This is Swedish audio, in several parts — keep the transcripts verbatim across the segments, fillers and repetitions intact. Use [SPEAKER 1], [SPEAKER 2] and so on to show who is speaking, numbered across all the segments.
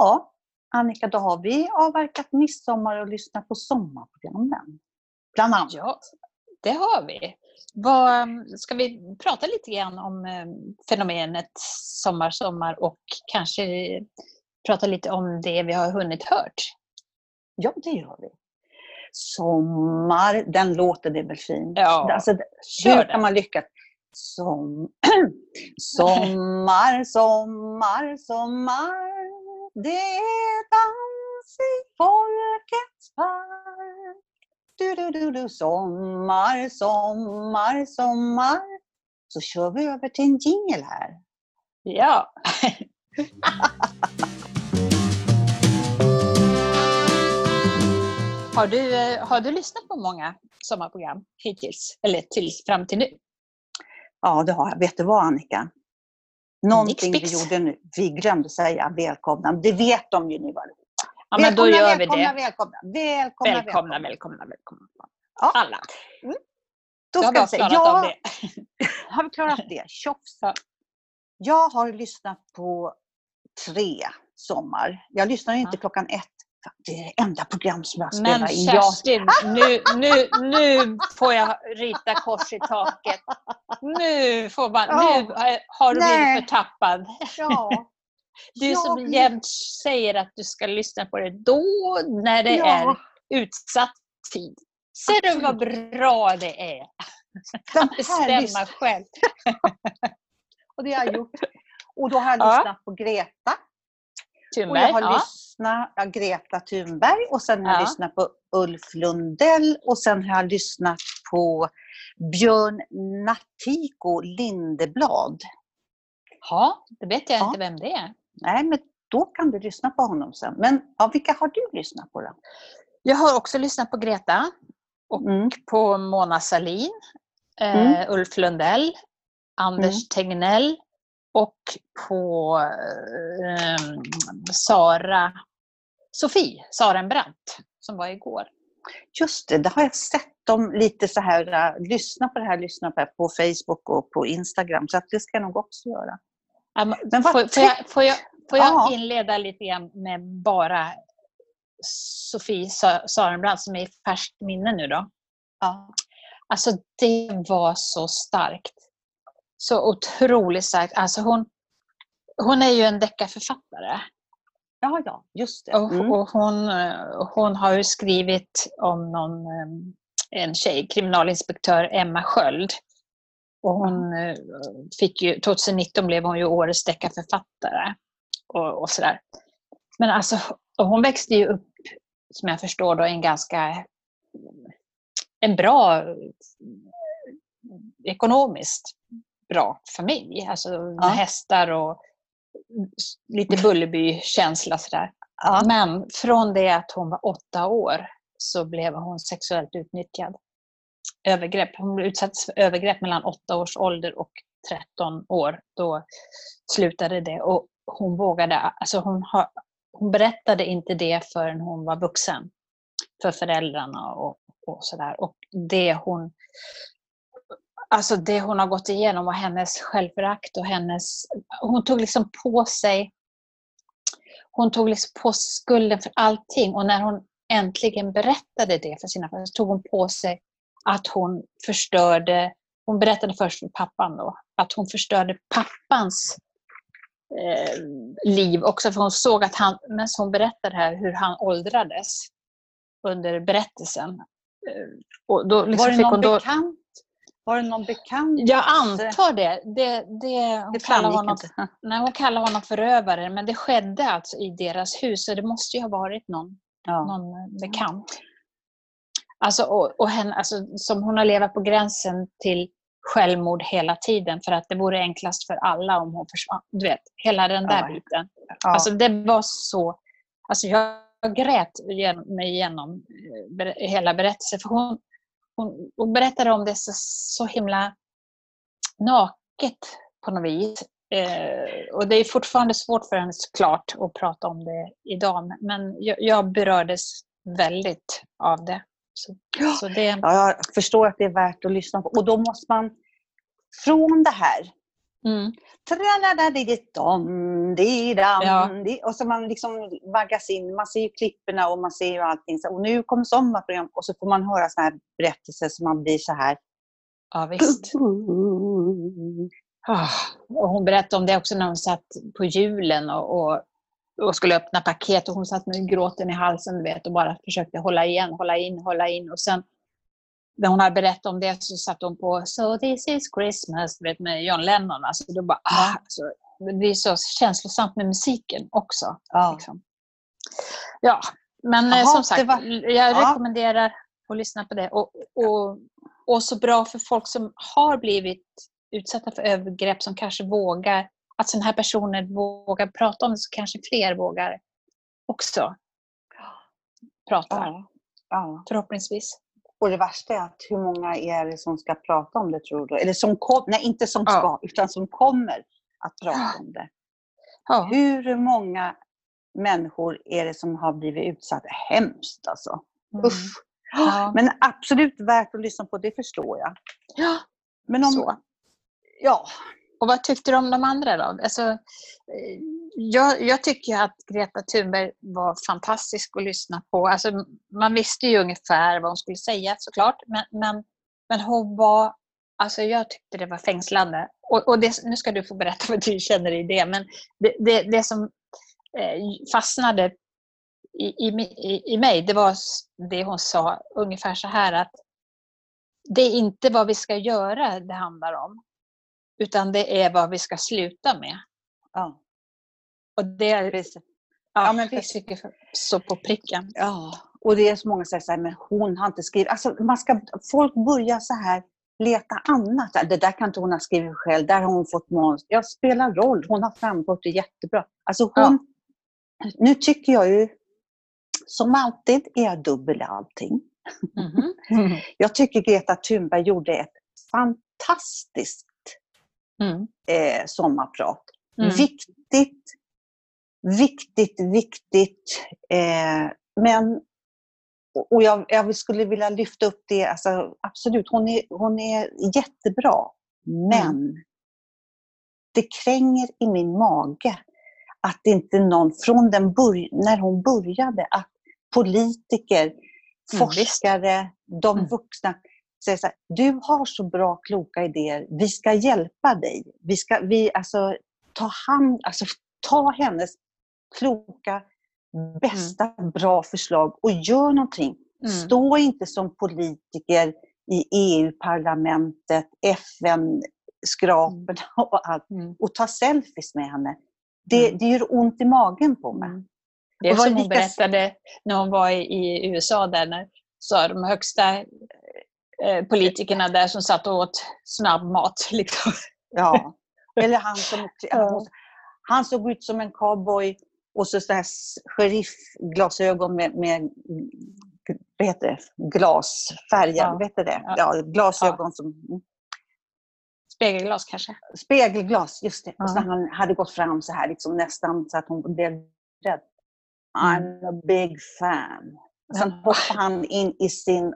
[SPEAKER 1] Ja, Annika, då har vi avverkat midsommar och lyssnat på sommarprogrammen. Bland annat.
[SPEAKER 2] Ja, det har vi. Vad, ska vi prata lite grann om eh, fenomenet sommar, sommar och kanske prata lite om det vi har hunnit hört?
[SPEAKER 1] Ja, det gör vi. Sommar, den låten är väl fin.
[SPEAKER 2] Ja,
[SPEAKER 1] alltså, hur kan man lyckas? Som, sommar, sommar, sommar. Det är dans i folkets park. Du, du, du, du, sommar, sommar, sommar. Så kör vi över till en jingle här.
[SPEAKER 2] Ja. Har du, har du lyssnat på många sommarprogram hittills? Eller tills fram till nu?
[SPEAKER 1] Ja, det har jag. Vet du vad, Annika? Någonting vi gjorde nu. Vi glömde säga välkomna. Det vet de ju nu.
[SPEAKER 2] Ja, men då gör vi
[SPEAKER 1] välkomna,
[SPEAKER 2] det.
[SPEAKER 1] Välkomna, välkomna,
[SPEAKER 2] välkomna, välkomna, välkomna.
[SPEAKER 1] Ja.
[SPEAKER 2] Alla.
[SPEAKER 1] Mm. Då ska
[SPEAKER 2] jag
[SPEAKER 1] jag säga,
[SPEAKER 2] klarat
[SPEAKER 1] ja,
[SPEAKER 2] av det.
[SPEAKER 1] Har vi klarat det? Tjofs.
[SPEAKER 2] Ja.
[SPEAKER 1] Jag har lyssnat på tre sommar. Jag lyssnar inte
[SPEAKER 2] Ja.
[SPEAKER 1] klockan ett. Det är det enda program som jag spelar
[SPEAKER 2] Men
[SPEAKER 1] in.
[SPEAKER 2] Kerstin, nu, nu, nu får jag rita kors i taket. Nu, får man,
[SPEAKER 1] Ja.
[SPEAKER 2] nu har du
[SPEAKER 1] Nej.
[SPEAKER 2] blivit förtappad.
[SPEAKER 1] Ja.
[SPEAKER 2] Du
[SPEAKER 1] Ja.
[SPEAKER 2] som jämt säger att du ska lyssna på det då när det
[SPEAKER 1] Ja.
[SPEAKER 2] är utsatt tid. Ser du vad bra det är? Att bestämma
[SPEAKER 1] lys-
[SPEAKER 2] själv.
[SPEAKER 1] Och det har jag gjort. Och då har jag
[SPEAKER 2] Ja.
[SPEAKER 1] lyssnat på Greta.
[SPEAKER 2] Thunberg,
[SPEAKER 1] Och jag har
[SPEAKER 2] ja.
[SPEAKER 1] lyssnat på Greta Thunberg. Och sen har jag
[SPEAKER 2] Ja.
[SPEAKER 1] lyssnat på Ulf Lundell. Och sen har jag lyssnat på Björn Natthiko Lindeblad.
[SPEAKER 2] Ja, det vet jag
[SPEAKER 1] Ja.
[SPEAKER 2] inte vem det är.
[SPEAKER 1] Nej, men då kan du lyssna på honom sen. Men ja, vilka har du lyssnat på då?
[SPEAKER 2] Jag har också lyssnat på Greta och
[SPEAKER 1] Mm.
[SPEAKER 2] på Mona Sahlin, eh,
[SPEAKER 1] Mm.
[SPEAKER 2] Ulf Lundell, Anders
[SPEAKER 1] Mm.
[SPEAKER 2] Tegnell och på eh, Sara Sofie Sarenbrant som var igår.
[SPEAKER 1] Just det, det har jag sett dem lite så här, uh, lyssna på det här, lyssna på det här på Facebook och på Instagram. Så att det ska jag nog också göra.
[SPEAKER 2] Um,
[SPEAKER 1] Men vad
[SPEAKER 2] får, får jag, får jag, får jag
[SPEAKER 1] Ja.
[SPEAKER 2] inleda lite grann med bara Sofie Sa- Sarenbrant som är i färskt minne nu då?
[SPEAKER 1] Ja.
[SPEAKER 2] Alltså det var så starkt. Så otroligt starkt. Alltså hon, hon är ju en deckarförfattare.
[SPEAKER 1] Ja, ja, just det.
[SPEAKER 2] Och,
[SPEAKER 1] Mm.
[SPEAKER 2] och hon, hon har ju skrivit om någon, en tjej, kriminalinspektör Emma Sköld. Och hon mm. fick ju, tjugonitton blev hon ju årets deckarförfattare. Och, och sådär. Men alltså, hon växte ju upp, som jag förstår då, en ganska en bra ekonomiskt bra familj. Alltså med
[SPEAKER 1] Ja.
[SPEAKER 2] hästar och lite Bullerby-känsla sådär.
[SPEAKER 1] Ja.
[SPEAKER 2] Men från det att hon var åtta år så blev hon sexuellt utnyttjad. Övergrepp. Hon blev utsatt för övergrepp mellan åtta års ålder och tretton år. Då slutade det. Och hon vågade, alltså hon, har, hon berättade inte det förrän hon var vuxen. För föräldrarna och, och sådär. Och det hon, alltså det hon har gått igenom och hennes självförakt och hennes, hon tog liksom på sig Hon tog liksom på skulden för allting. Och när hon äntligen berättade det för sina föräldrar så tog hon på sig att hon förstörde, hon berättade först för pappan då, att hon förstörde pappans eh, liv också. För hon såg att han, men hon berättade här hur han åldrades under berättelsen. Eh, och då liksom
[SPEAKER 1] Var det
[SPEAKER 2] fick
[SPEAKER 1] någon
[SPEAKER 2] hon då,
[SPEAKER 1] bekant? Var det någon bekant?
[SPEAKER 2] jag antar det. det, det hon
[SPEAKER 1] Det
[SPEAKER 2] kallar
[SPEAKER 1] framgick
[SPEAKER 2] honom,
[SPEAKER 1] inte.
[SPEAKER 2] nej, hon kallar honom förövare, men det skedde alltså i deras hus. Så det måste ju ha varit någon,
[SPEAKER 1] Ja.
[SPEAKER 2] någon bekant. Alltså, och, och henne, alltså, som hon har levat på gränsen till självmord hela tiden. För att det vore enklast för alla om hon försvann. Du vet, hela den där
[SPEAKER 1] Ja.
[SPEAKER 2] biten.
[SPEAKER 1] Ja.
[SPEAKER 2] Alltså det var så... Alltså jag grät mig igenom hela berättelsen. För hon, hon, hon berättade om det så, så himla naket på något vis. Eh, och det är fortfarande svårt för henne såklart att prata om det idag. Men jag, jag berördes väldigt av det. Så, så det...
[SPEAKER 1] Ja, jag förstår att det är värt att lyssna på. Och då måste man, från det här
[SPEAKER 2] Mm.
[SPEAKER 1] Ja. Och så man liksom vaggas in, man ser ju klipporna och man ser ju allting. Och nu kommer sommarprogram och så får man höra såna här berättelser som man blir så här.
[SPEAKER 2] Ja, visst. Oh, och hon berättade om det också när hon satt på julen och, och, och skulle öppna paket och hon satt med gråten i halsen, du vet, och bara försökte hålla igen, hålla in, hålla in. Och sen när hon hade berättat om det så satt hon på So this is Christmas, du vet, med John Lennon. Alltså, då bara, ah, alltså, det blir så känslosamt med musiken också.
[SPEAKER 1] Ja,
[SPEAKER 2] liksom. Ja, men
[SPEAKER 1] Jaha,
[SPEAKER 2] som sagt,
[SPEAKER 1] var...
[SPEAKER 2] jag
[SPEAKER 1] ja.
[SPEAKER 2] rekommenderar att lyssna på det. Och, och, och så bra för folk som har blivit utsatta för övergrepp, som kanske vågar, att sådana här personer vågar prata om det, så kanske fler vågar också prata.
[SPEAKER 1] Ja. Ja.
[SPEAKER 2] Förhoppningsvis.
[SPEAKER 1] Och det värsta är att hur många är det som ska prata om det, tror du? Eller som kom, nej, inte som ska,
[SPEAKER 2] Ja.
[SPEAKER 1] utan som kommer att prata om det.
[SPEAKER 2] Ja.
[SPEAKER 1] Hur många människor är det som har blivit utsatta? Hemskt alltså.
[SPEAKER 2] Mm.
[SPEAKER 1] Usch.
[SPEAKER 2] Ja.
[SPEAKER 1] Men absolut värt att lyssna på, det förstår jag.
[SPEAKER 2] Ja,
[SPEAKER 1] Men om,
[SPEAKER 2] så.
[SPEAKER 1] Ja.
[SPEAKER 2] Och vad tyckte du om de andra då? Alltså, jag, jag tycker att Greta Thunberg var fantastisk att lyssna på. Alltså, man visste ju ungefär vad hon skulle säga, såklart. Men, men, men hon var... Alltså jag tyckte det var fängslande. Och, och det, nu ska du få berätta vad du känner i det. Men det, det, det som eh, fastnade i, i, i mig, det var det hon sa ungefär så här, att det är inte vad vi ska göra det handlar om, utan det är vad vi ska sluta med.
[SPEAKER 1] Ja.
[SPEAKER 2] Och det är
[SPEAKER 1] Precis.
[SPEAKER 2] ja,
[SPEAKER 1] Ja, men
[SPEAKER 2] jag tycker så på pricken.
[SPEAKER 1] Ja, och det är så många som säger så här, men hon har inte skrivit. Alltså man ska, folk börjar så här leta annat. Det där kan inte hon ha skrivit själv. Där har hon fått manus. Jag spelar roll. Hon har framfört det jättebra. Alltså hon, ja. Nu tycker jag ju, som alltid är jag dubbel i allting.
[SPEAKER 2] Mm-hmm. Mm.
[SPEAKER 1] Jag tycker Greta Thunberg gjorde ett fantastiskt
[SPEAKER 2] mm.
[SPEAKER 1] eh, sommarprat.
[SPEAKER 2] Mm.
[SPEAKER 1] Viktigt, viktigt, viktigt. Eh, men Och jag, jag skulle vilja lyfta upp det, alltså, absolut, hon är, hon är jättebra. Men mm. det kränger i min mage att det inte någon, från den börj- när hon började, att politiker, mm, forskare, mm. de vuxna säger så här, du har så bra, kloka idéer, vi ska hjälpa dig. Vi ska vi, alltså, ta hand, alltså, ta hennes kloka, bästa mm. bra förslag och gör någonting. Mm. Stå inte som politiker i E U-parlamentet, F N-skraporna mm. och allt mm. och ta selfies med henne. Det, mm. det gör ont i magen på mig. Mm.
[SPEAKER 2] Det var som hon lika... berättade när hon var i, i U S A där, när så de högsta eh, politikerna där som satt och åt snabbmat. Liksom.
[SPEAKER 1] Ja, eller han som ja. han såg ut som en cowboy. Och så sådana här sheriffglasögon med, med vad heter det? Glasfärger, ja. Vet du det? Ja, glasögon ja. Som...
[SPEAKER 2] Spegelglas kanske?
[SPEAKER 1] Spegelglas, just det.
[SPEAKER 2] Ja.
[SPEAKER 1] Och så han hade gått fram så här, liksom, nästan så att hon blev rädd. Mm. I'm a big fan. Och sen ja. Hoppade han in i sin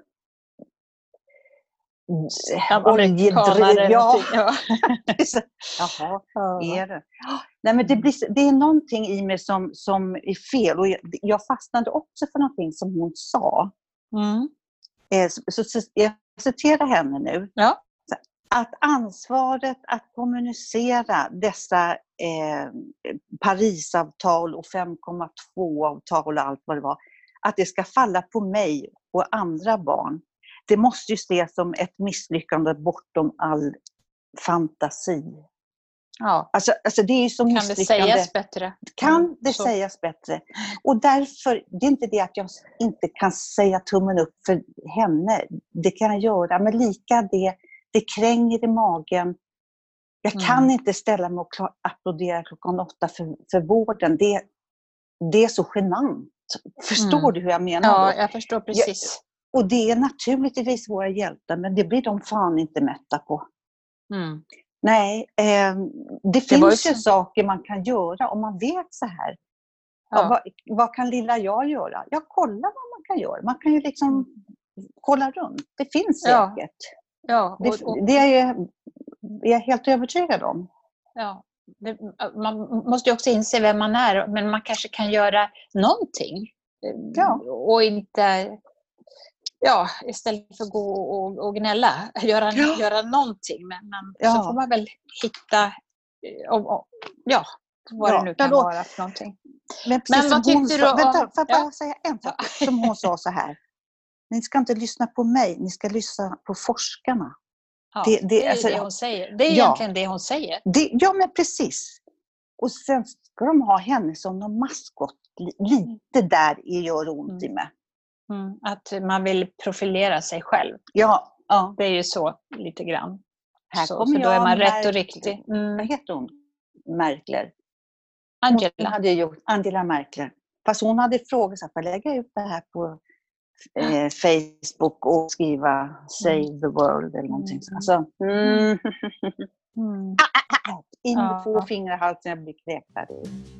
[SPEAKER 1] oljedriv. Ja. Ja. Jaha, ja. Är det? Nej, men det, blir, det är någonting i mig som, som är fel. Och jag, jag fastnade också för någonting som hon sa.
[SPEAKER 2] Mm.
[SPEAKER 1] Eh, så, så, jag citerar henne nu.
[SPEAKER 2] Ja.
[SPEAKER 1] Att ansvaret att kommunicera dessa eh, Parisavtal och fem komma två-avtal och allt vad det var, att det ska falla på mig och andra barn. Det måste ju ses som ett misslyckande bortom all fantasi.
[SPEAKER 2] Ja.
[SPEAKER 1] Alltså, alltså det är ju som
[SPEAKER 2] kan
[SPEAKER 1] misslyckande.
[SPEAKER 2] det sägas bättre?
[SPEAKER 1] Kan
[SPEAKER 2] mm,
[SPEAKER 1] det
[SPEAKER 2] så.
[SPEAKER 1] sägas bättre? Och därför, det är inte det att jag inte kan säga tummen upp för henne. Det kan jag göra, men lika det, det kränger i magen. Jag mm. kan inte ställa mig och klar, applådera klockan åtta för, för vården. Det, det är så genant. Förstår mm. du hur jag menar?
[SPEAKER 2] Ja,
[SPEAKER 1] då?
[SPEAKER 2] jag förstår precis.
[SPEAKER 1] Jag, och det är naturligtvis våra hjältar, men det blir de fan inte mätta på.
[SPEAKER 2] Mm.
[SPEAKER 1] Nej, eh, det, det finns ju så... saker man kan göra om man vet så här. Ja. Vad, vad kan lilla jag göra? Ja, kolla vad man kan göra. Man kan ju liksom mm. kolla runt. Det finns
[SPEAKER 2] ja.
[SPEAKER 1] säkert.
[SPEAKER 2] Ja, och,
[SPEAKER 1] det,
[SPEAKER 2] och...
[SPEAKER 1] det är jag, är jag helt övertygad om.
[SPEAKER 2] ja, det, man måste ju också inse vem man är, men man kanske kan göra någonting.
[SPEAKER 1] Ja.
[SPEAKER 2] Och inte, ja, istället för att gå och, och gnälla, göra,
[SPEAKER 1] Ja.
[SPEAKER 2] göra någonting. Men, men
[SPEAKER 1] Ja.
[SPEAKER 2] så får man väl hitta, och, och, ja, vad
[SPEAKER 1] Ja,
[SPEAKER 2] det nu kan
[SPEAKER 1] då,
[SPEAKER 2] vara för någonting.
[SPEAKER 1] Men,
[SPEAKER 2] Men vad tyckte
[SPEAKER 1] sa,
[SPEAKER 2] du om...
[SPEAKER 1] Vänta, får jag bara
[SPEAKER 2] ja.
[SPEAKER 1] säga en sak? Som hon sa så här. Ni ska inte lyssna på mig, ni ska lyssna på forskarna.
[SPEAKER 2] Ja,
[SPEAKER 1] det, det,
[SPEAKER 2] det är
[SPEAKER 1] alltså,
[SPEAKER 2] det hon säger. Det är
[SPEAKER 1] ja,
[SPEAKER 2] egentligen det hon säger.
[SPEAKER 1] Det, ja, men precis. Och sen ska de ha henne som någon maskot. Lite där gör ont i mig.
[SPEAKER 2] Mm, att man vill profilera sig själv.
[SPEAKER 1] Ja, ja.
[SPEAKER 2] Det är ju så lite grann.
[SPEAKER 1] Här
[SPEAKER 2] så,
[SPEAKER 1] kommer
[SPEAKER 2] så då
[SPEAKER 1] jag
[SPEAKER 2] är man rätt och
[SPEAKER 1] Merkler.
[SPEAKER 2] riktig. Mm.
[SPEAKER 1] Vad heter hon? Merkler.
[SPEAKER 2] Angela.
[SPEAKER 1] Hon hade gjort, Angela Merkler. Fast hon hade frågat sig att lägga ut det här på eh, Facebook och skriva Save the World eller någonting.
[SPEAKER 2] Mm.
[SPEAKER 1] Alltså, mm.
[SPEAKER 2] Mm.
[SPEAKER 1] Ah, ah, ah. In med
[SPEAKER 2] Ja.
[SPEAKER 1] två fingrar i halsen, jag blir kräktad.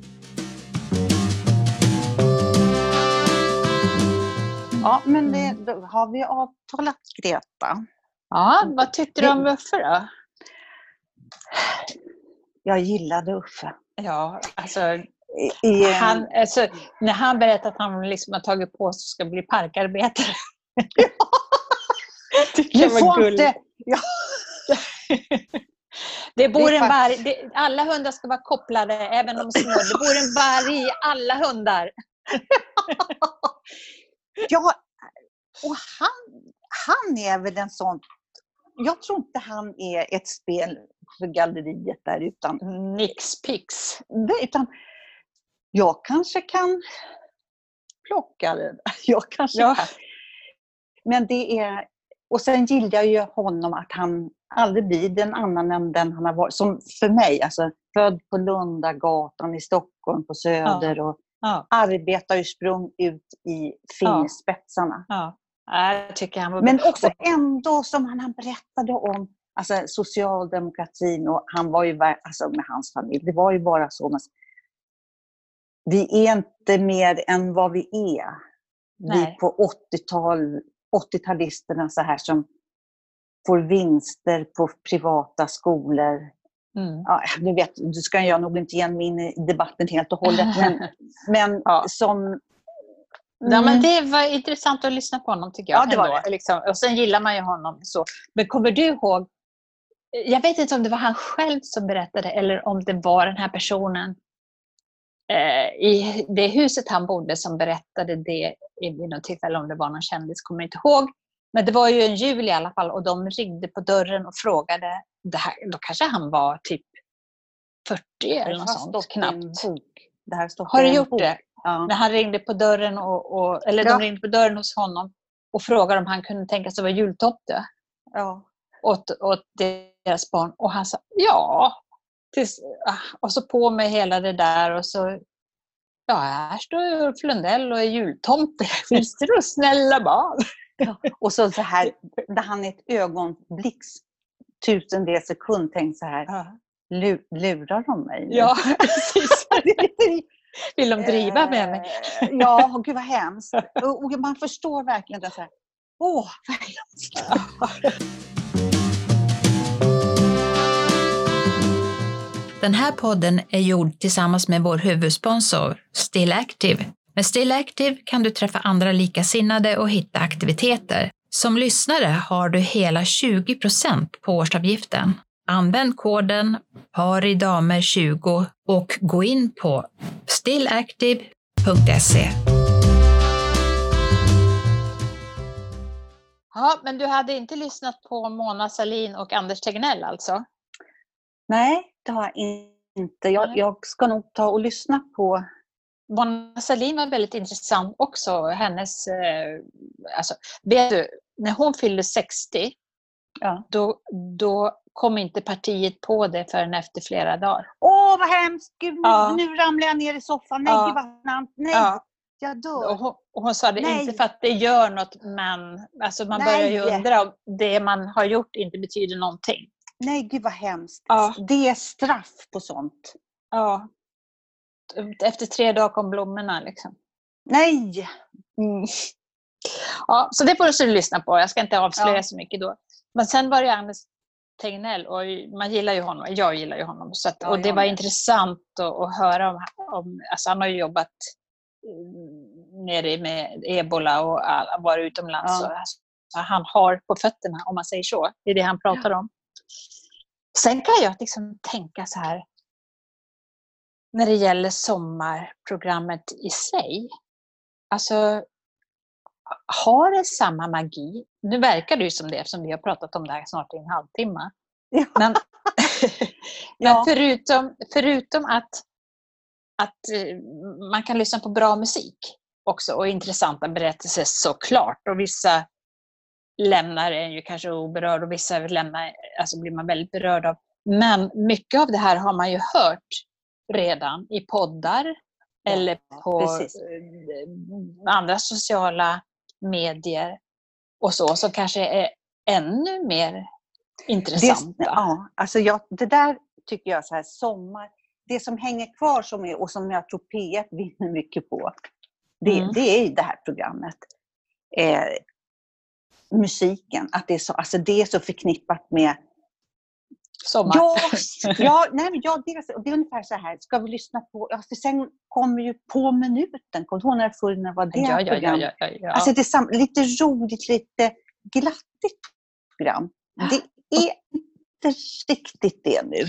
[SPEAKER 1] Ja, men det, då har vi avtalat Greta.
[SPEAKER 2] Ja, vad tyckte du om Uffe då?
[SPEAKER 1] Jag gillade Uffe.
[SPEAKER 2] Ja, alltså,
[SPEAKER 1] I, i,
[SPEAKER 2] han, alltså när han berättade att han liksom har tagit på sig ska bli parkarbetare.
[SPEAKER 1] Ja.
[SPEAKER 2] Tycker jag var gulligt.
[SPEAKER 1] Ja.
[SPEAKER 2] Det bor
[SPEAKER 1] det
[SPEAKER 2] en varg, det, alla hundar ska vara kopplade, även de små. Det bor en varg i alla hundar.
[SPEAKER 1] Ja, och han, han är väl en sån... Jag tror inte han är ett spel för galleriet där, utan...
[SPEAKER 2] Nix-pix.
[SPEAKER 1] Utan jag kanske kan plocka det. Jag kanske
[SPEAKER 2] ja.
[SPEAKER 1] kan. Men det är... Och sen gillar jag ju honom att han aldrig blir den annan än den han har varit. Som för mig, alltså född på Lundagatan i Stockholm på Söder
[SPEAKER 2] ja.
[SPEAKER 1] och
[SPEAKER 2] ja.
[SPEAKER 1] arbetarursprung ut i fingerspetsarna.
[SPEAKER 2] Ja. Ja. Jag tycker han var...
[SPEAKER 1] Men också ändå som han, han berättade om alltså, socialdemokratin och han var ju alltså, med hans familj. Det var ju bara så. Men vi är inte mer än vad vi är. Nej. Vi på åttiotal, åttio-talisterna så här som får vinster på privata skolor. Mm. Ja, du vet, du ska jag nog inte ge mig in i debatten helt och hållet. Men, men ja. som... Mm.
[SPEAKER 2] Ja, men det var intressant att lyssna på honom tycker jag.
[SPEAKER 1] Ja, det var det.
[SPEAKER 2] Liksom. Och sen gillar man ju honom så. Men kommer du ihåg, jag vet inte om det var han själv som berättade eller om det var den här personen eh, i det huset han bodde som berättade det vid något tillfälle, om det var någon kändis, kommer jag inte ihåg. Men det var ju en jul i alla fall och de ringde på dörren och frågade, det här, då kanske han var typ fyrtio eller något sånt, knappt.
[SPEAKER 1] Det här
[SPEAKER 2] har du gjort
[SPEAKER 1] bok.
[SPEAKER 2] det?
[SPEAKER 1] Ja.
[SPEAKER 2] När han ringde på dörren och, och eller ja. de ringde på dörren hos honom och frågade om han kunde tänka sig att vara jultomte.
[SPEAKER 1] Ja.
[SPEAKER 2] Åt, åt deras barn. Och han sa ja. Tills, och så på med hela det där och så ja, här står ju Ulf Lundell och är jultomte. Finns det då snälla barn?
[SPEAKER 1] Ja. Och så, så här, där han i ett ögonblicks tusendel sekund tänkte så här, ja. Lurar de mig nu?
[SPEAKER 2] Ja, precis. Vill de driva med mig?
[SPEAKER 1] Ja, och gud vad hemskt. Och, och man förstår verkligen det så här, åh, vad hemskt.
[SPEAKER 3] Den här podden är gjord tillsammans med vår huvudsponsor Still Active. Med Still Active kan du träffa andra likasinnade och hitta aktiviteter. Som lyssnare har du hela tjugo procent på årsavgiften. Använd koden paridamer tjugo och gå in på stillactive punkt se.
[SPEAKER 2] Ja, men du hade inte lyssnat på Mona Sahlin och Anders Tegnell alltså?
[SPEAKER 1] Nej, det har jag inte. Jag, jag ska nog ta och lyssna på...
[SPEAKER 2] Mona Sahlin var väldigt intressant också. Hennes, eh, alltså, vet du, när hon fyllde sextio, ja. då, då kom inte partiet på det förrän efter flera dagar.
[SPEAKER 1] Åh, vad hemskt! Gud, nu,
[SPEAKER 2] ja.
[SPEAKER 1] nu ramlar jag ner i soffan. Nej,
[SPEAKER 2] ja.
[SPEAKER 1] gud vad namn. Nej,
[SPEAKER 2] ja.
[SPEAKER 1] jag dör.
[SPEAKER 2] Och hon, och hon sa det
[SPEAKER 1] Nej.
[SPEAKER 2] inte för att det gör något, men alltså man
[SPEAKER 1] Nej.
[SPEAKER 2] börjar ju undra om det man har gjort inte betyder någonting.
[SPEAKER 1] Nej, gud vad hemskt.
[SPEAKER 2] Ja.
[SPEAKER 1] Det är straff på sånt.
[SPEAKER 2] Ja. Efter tre dagar kom blommorna liksom.
[SPEAKER 1] Nej!
[SPEAKER 2] Mm. Ja, så det får du lyssna på. Jag ska inte avslöja
[SPEAKER 1] ja.
[SPEAKER 2] så mycket då. Men sen var det Anders Tegnell, och man gillar ju honom, jag gillar ju honom. Så att,
[SPEAKER 1] Ja,
[SPEAKER 2] och det
[SPEAKER 1] jag
[SPEAKER 2] var
[SPEAKER 1] med.
[SPEAKER 2] intressant att, att höra om, om alltså han har ju jobbat mm, nere med ebola och all, varit utomlands.
[SPEAKER 1] Ja.
[SPEAKER 2] Och, så han har på fötterna, om man säger så. Det är det han pratar om. Sen kan jag liksom tänka så här, när det gäller sommarprogrammet i sig. Alltså, har det samma magi? Nu verkar det ju som det, eftersom vi har pratat om det här snart i en halvtimme.
[SPEAKER 1] Ja.
[SPEAKER 2] Men,
[SPEAKER 1] Ja.
[SPEAKER 2] men förutom, förutom att, att eh, man kan lyssna på bra musik också och intressanta berättelser såklart. Och vissa lämnar en ju kanske oberörd och vissa lämnar, alltså blir man väldigt berörd av. Men mycket av det här har man ju hört redan i poddar
[SPEAKER 1] Ja,
[SPEAKER 2] eller på
[SPEAKER 1] precis.
[SPEAKER 2] eh, andra sociala medier och så, som kanske är ännu mer intressanta.
[SPEAKER 1] Det, ja, alltså jag, det där tycker jag så här, sommar, det som hänger kvar som är, och som jag tror P ett vinner mycket på, det,
[SPEAKER 2] Mm.
[SPEAKER 1] det är ju det här programmet. Eh, musiken, att det är så, alltså det är så förknippat med
[SPEAKER 2] Sommar.
[SPEAKER 1] ja, ja, nej, men ja, det, är, det är ungefär så här, ska vi lyssna på, ja, för sen kommer ju På minuten, kommer du ihåg när förr när var det
[SPEAKER 2] Ja, ja,
[SPEAKER 1] program?
[SPEAKER 2] ja, ja, ja.
[SPEAKER 1] Alltså det är sam, lite roligt, lite glattigt program. Det är inte riktigt det nu.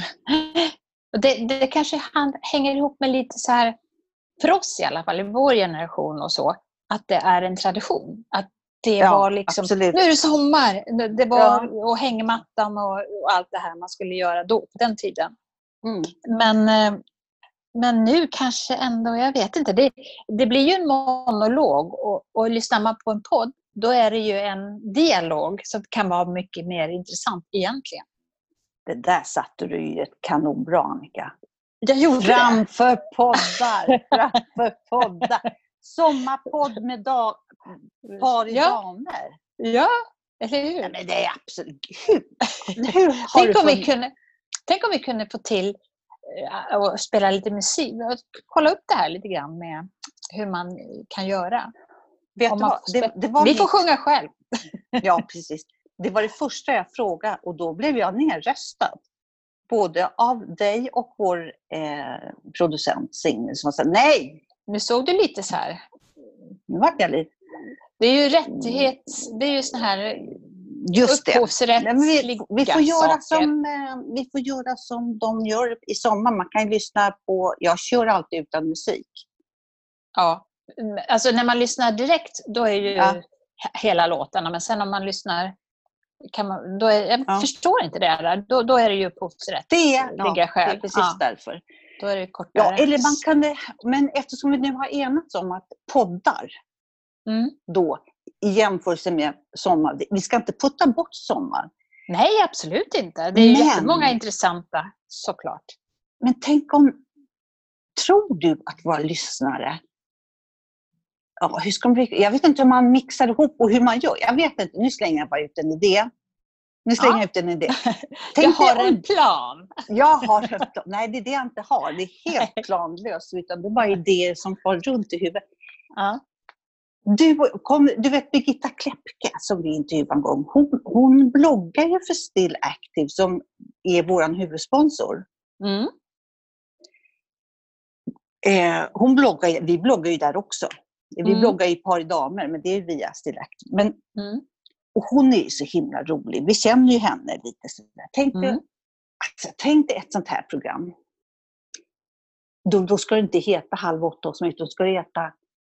[SPEAKER 2] Det, det kanske han, hänger ihop med lite så här, för oss i alla fall, i vår generation och så, att det är en tradition. Att det
[SPEAKER 1] Ja,
[SPEAKER 2] var liksom,
[SPEAKER 1] absolut.
[SPEAKER 2] nu är det sommar, det var
[SPEAKER 1] Ja.
[SPEAKER 2] och hängmattan och, och allt det här man skulle göra då, på den tiden.
[SPEAKER 1] Mm.
[SPEAKER 2] Men, eh, men nu kanske ändå, jag vet inte, det, det blir ju en monolog och, och lyssnar man på en podd, då är det ju en dialog som kan vara mycket mer intressant egentligen.
[SPEAKER 1] Det där satte du ju ett kanonbra, Annika.
[SPEAKER 2] Jag gjorde
[SPEAKER 1] Framför poddar, framför poddar. Sommarpodd med dag, par i
[SPEAKER 2] Ja.
[SPEAKER 1] damer.
[SPEAKER 2] Ja, eller hur?
[SPEAKER 1] Nej, men det är absolut... Hur, hur har
[SPEAKER 2] Tänk
[SPEAKER 1] du
[SPEAKER 2] om, vi
[SPEAKER 1] funnit-
[SPEAKER 2] kunde, tänk om vi kunde få till eh, och spela lite musik och kolla upp det här lite grann med hur man kan göra.
[SPEAKER 1] Vet
[SPEAKER 2] Om
[SPEAKER 1] du
[SPEAKER 2] man
[SPEAKER 1] vad?
[SPEAKER 2] får
[SPEAKER 1] Det,
[SPEAKER 2] spela-
[SPEAKER 1] det var
[SPEAKER 2] vi får
[SPEAKER 1] mitt-
[SPEAKER 2] sjunga själv.
[SPEAKER 1] Ja, precis. Det var det första jag frågade och då blev jag nerröstad. Både av dig och vår eh, producent Signe som sa nej,
[SPEAKER 2] Nu såg du lite så här.
[SPEAKER 1] nu var jag lite...
[SPEAKER 2] Det är ju rättighet, det är ju sån här
[SPEAKER 1] Just det. Nej, men vi,
[SPEAKER 2] upphovsrättsliga
[SPEAKER 1] vi, får göra
[SPEAKER 2] saker.
[SPEAKER 1] som, eh, vi får göra som de gör i sommar. Man kan ju lyssna på... Jag kör alltid utan musik.
[SPEAKER 2] Ja, alltså när man lyssnar direkt då är ju
[SPEAKER 1] Ja.
[SPEAKER 2] he- hela låtarna, men sen om man lyssnar kan man, då är, jag
[SPEAKER 1] Ja.
[SPEAKER 2] förstår inte det där, då, då är det ju upphovsrätt.
[SPEAKER 1] Det är, ja,
[SPEAKER 2] Ligga
[SPEAKER 1] det
[SPEAKER 2] själv.
[SPEAKER 1] är precis
[SPEAKER 2] Ja.
[SPEAKER 1] därför.
[SPEAKER 2] Då är det kortare.
[SPEAKER 1] Ja, eller man kan det, men eftersom vi nu har enats om att poddar
[SPEAKER 2] Mm.
[SPEAKER 1] då i jämförelse med sommar, vi ska inte putta bort sommar.
[SPEAKER 2] Nej, absolut inte. Det är ju
[SPEAKER 1] Men-
[SPEAKER 2] jättemånga intressanta, såklart.
[SPEAKER 1] Men tänk om, tror du att våra lyssnare, ja, hur ska man, jag vet inte hur man mixar ihop och hur man gör. Jag vet inte, nu slänger jag bara ut en idé. Nu slänger
[SPEAKER 2] Ja.
[SPEAKER 1] jag ut en idé.
[SPEAKER 2] Jag
[SPEAKER 1] Tänk
[SPEAKER 2] har
[SPEAKER 1] dig om-
[SPEAKER 2] en plan.
[SPEAKER 1] Jag har en plan. Nej, det är det jag inte har. Det är helt planlöst, utan det är bara idéer som far runt i huvudet.
[SPEAKER 2] Ja.
[SPEAKER 1] Du, kom, du vet Birgitta Klepke som vi intervjuade en gång. Hon, hon bloggar ju för Still Active som är vår huvudsponsor.
[SPEAKER 2] Mm.
[SPEAKER 1] Eh, hon bloggar, vi bloggar ju där också. Vi
[SPEAKER 2] Mm.
[SPEAKER 1] bloggar ju par i damer, men det är via Still Active. Men,
[SPEAKER 2] Mm.
[SPEAKER 1] och hon är ju så himla rolig. Vi känner ju henne lite sådär. Tänk dig,
[SPEAKER 2] Mm.
[SPEAKER 1] alltså, tänk dig ett sånt här program. Då, då ska det inte heta halv åtta som då ska det heta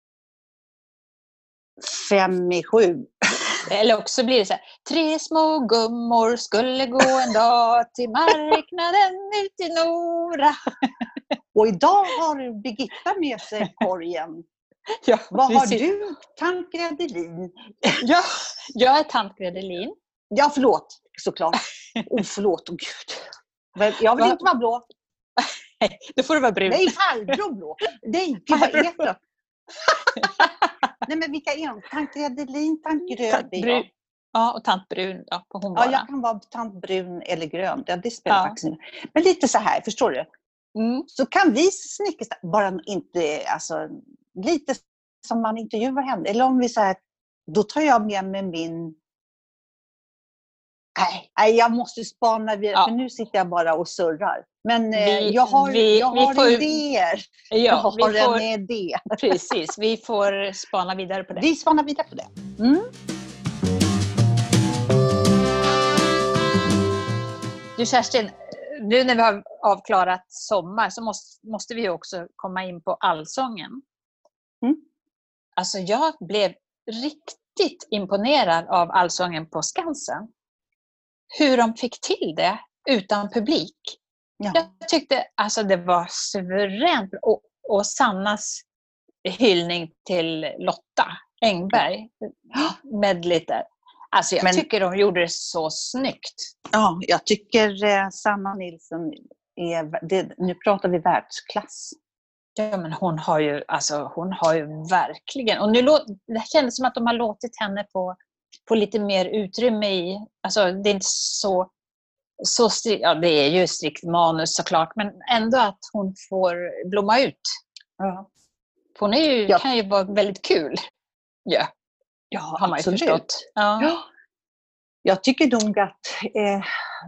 [SPEAKER 1] fem i sju.
[SPEAKER 2] Eller också blir det så här, tre små gummor skulle gå en dag till marknaden ut i Nora.
[SPEAKER 1] Och idag har Birgitta med sig korgen.
[SPEAKER 2] Ja,
[SPEAKER 1] Vad har
[SPEAKER 2] precis.
[SPEAKER 1] du? Tankredelin.
[SPEAKER 2] Ja, jag är tant Gredelin.
[SPEAKER 1] Ja, förlåt. Såklart. Oh, förlåt. Oh, Gud. Men jag vill
[SPEAKER 2] Va?
[SPEAKER 1] inte vara blå.
[SPEAKER 2] Då får du vara brun.
[SPEAKER 1] Nej, farbror blå. Nej, gud vad är det? Nej, men vilka är de? Tant Gredelin, tant Grön.
[SPEAKER 2] Tant
[SPEAKER 1] det är
[SPEAKER 2] brun.
[SPEAKER 1] jag.
[SPEAKER 2] Ja, och tant brun. Ja, på hon
[SPEAKER 1] Ja,
[SPEAKER 2] bara.
[SPEAKER 1] jag kan vara tant brun eller grön. Ja, det spelar
[SPEAKER 2] Ja.
[SPEAKER 1] faktiskt inte. Men lite så här, förstår du?
[SPEAKER 2] Mm.
[SPEAKER 1] Så kan vi snicka, bara inte, alltså, lite som man intervjuar henne. Eller om vi säger, då tar jag med mig min Nej, nej, jag måste spana vidare,
[SPEAKER 2] Ja.
[SPEAKER 1] för nu sitter jag bara och surrar. Men
[SPEAKER 2] Vi-
[SPEAKER 1] eh, jag har,
[SPEAKER 2] vi-
[SPEAKER 1] jag
[SPEAKER 2] vi
[SPEAKER 1] har
[SPEAKER 2] får-
[SPEAKER 1] idéer. jag
[SPEAKER 2] Ja,
[SPEAKER 1] har
[SPEAKER 2] vi får,
[SPEAKER 1] en idé.
[SPEAKER 2] precis. Vi får spana vidare på det.
[SPEAKER 1] Vi spanar vidare på det. Mm.
[SPEAKER 2] Du Kerstin, nu när vi har avklarat sommar så måste, måste vi också komma in på allsången.
[SPEAKER 1] Mm.
[SPEAKER 2] Alltså jag blev riktigt imponerad av allsången på Skansen. Hur de fick till det utan publik.
[SPEAKER 1] Ja.
[SPEAKER 2] Jag tyckte alltså det var suveränt. Och, och Sannas hyllning till Lotta Engberg med lite. Alltså jag
[SPEAKER 1] Men-
[SPEAKER 2] tycker de gjorde det så snyggt.
[SPEAKER 1] Ja, jag tycker eh, Sanna Nilsson är, det, nu pratar vi världsklass.
[SPEAKER 2] Ja, men hon har ju, alltså, hon har ju verkligen, och nu låt, det kändes som att de har låtit henne på, på lite mer utrymme i, alltså det är inte så, så strikt, ja det är ju strikt manus såklart, men ändå att hon får blomma ut.
[SPEAKER 1] Ja,
[SPEAKER 2] Hon är ju,
[SPEAKER 1] Ja.
[SPEAKER 2] kan ju vara väldigt kul. Ja,
[SPEAKER 1] ja
[SPEAKER 2] har man ju
[SPEAKER 1] absolut.
[SPEAKER 2] förstått. Ja.
[SPEAKER 1] Ja. Jag tycker nog att eh,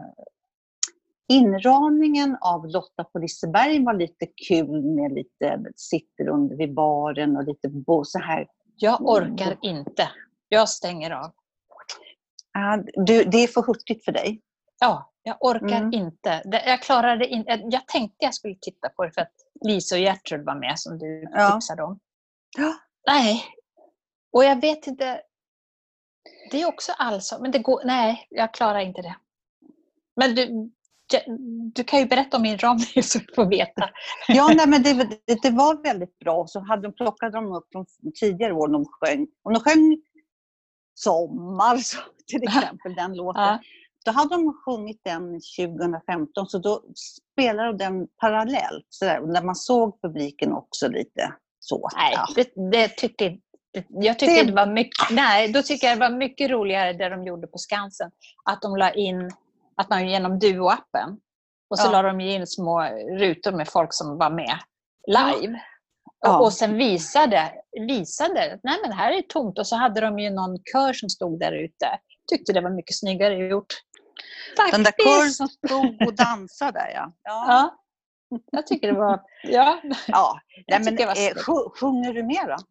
[SPEAKER 1] inramningen av Lotta på Liseberg var lite kul, med lite sitter under vid baren och lite bo, så här.
[SPEAKER 2] Jag orkar inte. Jag stänger av.
[SPEAKER 1] Ah, du, det är för hurtigt för dig.
[SPEAKER 2] Ja, jag orkar
[SPEAKER 1] Mm.
[SPEAKER 2] inte. Det- Jag klarade inte. Jag tänkte jag skulle titta på det för att Lisa och Gertrud var med som du
[SPEAKER 1] Ja.
[SPEAKER 2] tipsade om.
[SPEAKER 1] Ja.
[SPEAKER 2] Nej. Och jag vet inte. Det är också allsång. Men det går. Nej, jag klarar inte det. Men du, du kan ju berätta om min ramning så vi får veta.
[SPEAKER 1] Ja, nej, men det, det, det var väldigt bra. Så hade de plockat dem upp från tidigare år de sjöng. Om de sjöng Sommar så, till exempel, den låten.
[SPEAKER 2] Ja.
[SPEAKER 1] Då hade de sjungit den tjugohundrafemton, så då spelade de den parallellt. Så där, när man såg publiken också lite så.
[SPEAKER 2] Nej,
[SPEAKER 1] Ja.
[SPEAKER 2] det, det tyckte det, jag tyckte
[SPEAKER 1] Det-
[SPEAKER 2] det var mycket. Nej, då tycker jag det var mycket roligare det de gjorde på Skansen. Att de la in, att man genom Duo-appen. Och så
[SPEAKER 1] Ja.
[SPEAKER 2] la de in små rutor med folk som var med live.
[SPEAKER 1] Ja.
[SPEAKER 2] Och, och sen visade, visade, nej men här är det tomt. Och så hade de ju någon kör som stod där ute. Tyckte det var mycket snyggare gjort.
[SPEAKER 1] Den där
[SPEAKER 2] Faktiskt.
[SPEAKER 1] kören som stod och dansade där, ja. Ja.
[SPEAKER 2] Ja, jag tycker det var, ja.
[SPEAKER 1] Ja. Nej, men,
[SPEAKER 2] tycker jag var
[SPEAKER 1] eh,
[SPEAKER 2] snyggt.
[SPEAKER 1] sj- sjunger du mer då?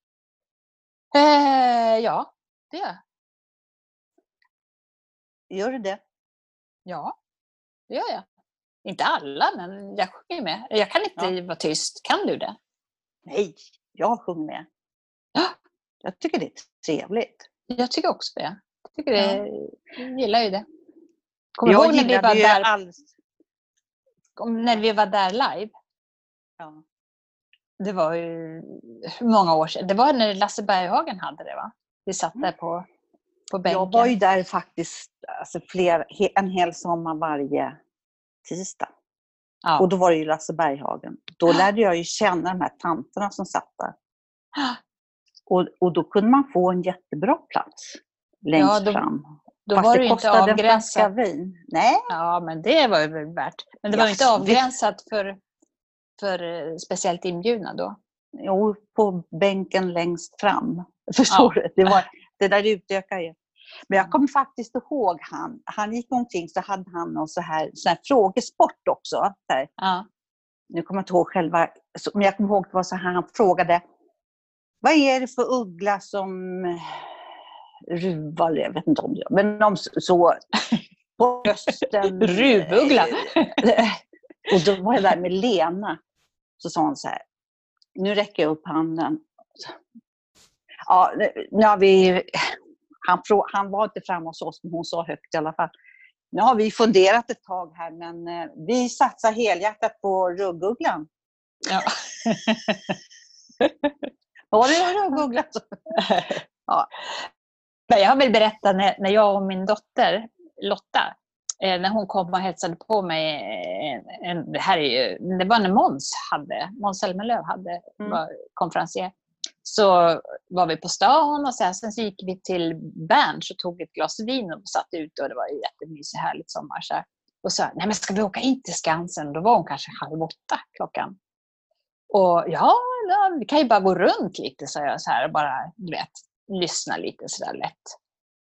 [SPEAKER 2] Eh, ja, det gör jag.
[SPEAKER 1] Gör du det?
[SPEAKER 2] Ja, det gör jag. Inte alla, men jag sjunger med. Jag kan inte
[SPEAKER 1] Ja.
[SPEAKER 2] vara tyst. Kan du det?
[SPEAKER 1] Nej, jag sjunger med.
[SPEAKER 2] Ja.
[SPEAKER 1] Jag tycker det är trevligt.
[SPEAKER 2] Jag tycker också det. Jag tycker det, jag gillar ju det. Kommer du
[SPEAKER 1] Jag
[SPEAKER 2] ihåg när vi,
[SPEAKER 1] gillade
[SPEAKER 2] var
[SPEAKER 1] ju
[SPEAKER 2] där,
[SPEAKER 1] alls.
[SPEAKER 2] om- när vi var där live?
[SPEAKER 1] Ja.
[SPEAKER 2] Det var ju hur många år sedan? Det var när Lasse Berghagen hade det, va? Vi satt där på, på bänken.
[SPEAKER 1] Jag var ju där faktiskt alltså, fler, he- en hel sommar varje tisdag.
[SPEAKER 2] Ja.
[SPEAKER 1] Och då var det ju Lasse Berghagen. Då lärde jag ju känna de här tanterna som satt där. Och, och då kunde man få en jättebra plats längst
[SPEAKER 2] Ja, då-
[SPEAKER 1] fram.
[SPEAKER 2] Då
[SPEAKER 1] Fast
[SPEAKER 2] var
[SPEAKER 1] det
[SPEAKER 2] det ju inte
[SPEAKER 1] kostade en flaska
[SPEAKER 2] avgränsat.
[SPEAKER 1] vin. Nej,
[SPEAKER 2] Ja, men det var ju väl värt. Men det var ju inte
[SPEAKER 1] Ja,
[SPEAKER 2] avgränsat för, för eh, speciellt inbjudna då.
[SPEAKER 1] jo, på bänken längst fram. Förstår du? Det, var, det där utökar ju. Men jag kommer faktiskt ihåg han. Han gick omkring, så hade han någon så här, så här frågesport också. Så här.
[SPEAKER 2] Ja.
[SPEAKER 1] Nu kommer jag inte ihåg själva, så- men jag kommer ihåg det var så här, han frågade: vad är det för uggla som eh, ruvar? Jag vet inte om det, men om så, så på hösten.
[SPEAKER 2] Ruvuggla.
[SPEAKER 1] Och då var jag där med Lena. Så sa hon så här: nu räcker jag upp handen. Ja, nu har vi, han, frå, han var inte framme hos oss, men hon sa högt i alla fall: nu har vi funderat ett tag här, men eh, vi satsar helhjärtat på ruggugglan.
[SPEAKER 2] Ja.
[SPEAKER 1] Var det ruggugglan? Ja.
[SPEAKER 2] Men jag har väl berättat när, när jag och min dotter Lotta, eh, när hon kom och hälsade på mig, eh, en, det här är ju, det var när Måns hade, Måns Zelmerlöw hade,
[SPEAKER 1] Mm.
[SPEAKER 2] var konferencier. Så var vi på stan och sen, sen så gick vi till Berns och tog ett glas vin och satt ute och det var en jättemysig härligt sommar. Så här. Och så, nej men ska vi åka in till Skansen? Då var hon kanske halv åtta klockan. Och ja, ja, vi kan ju bara gå runt lite, så jag så här, och bara, du vet, lyssna lite sådär lätt.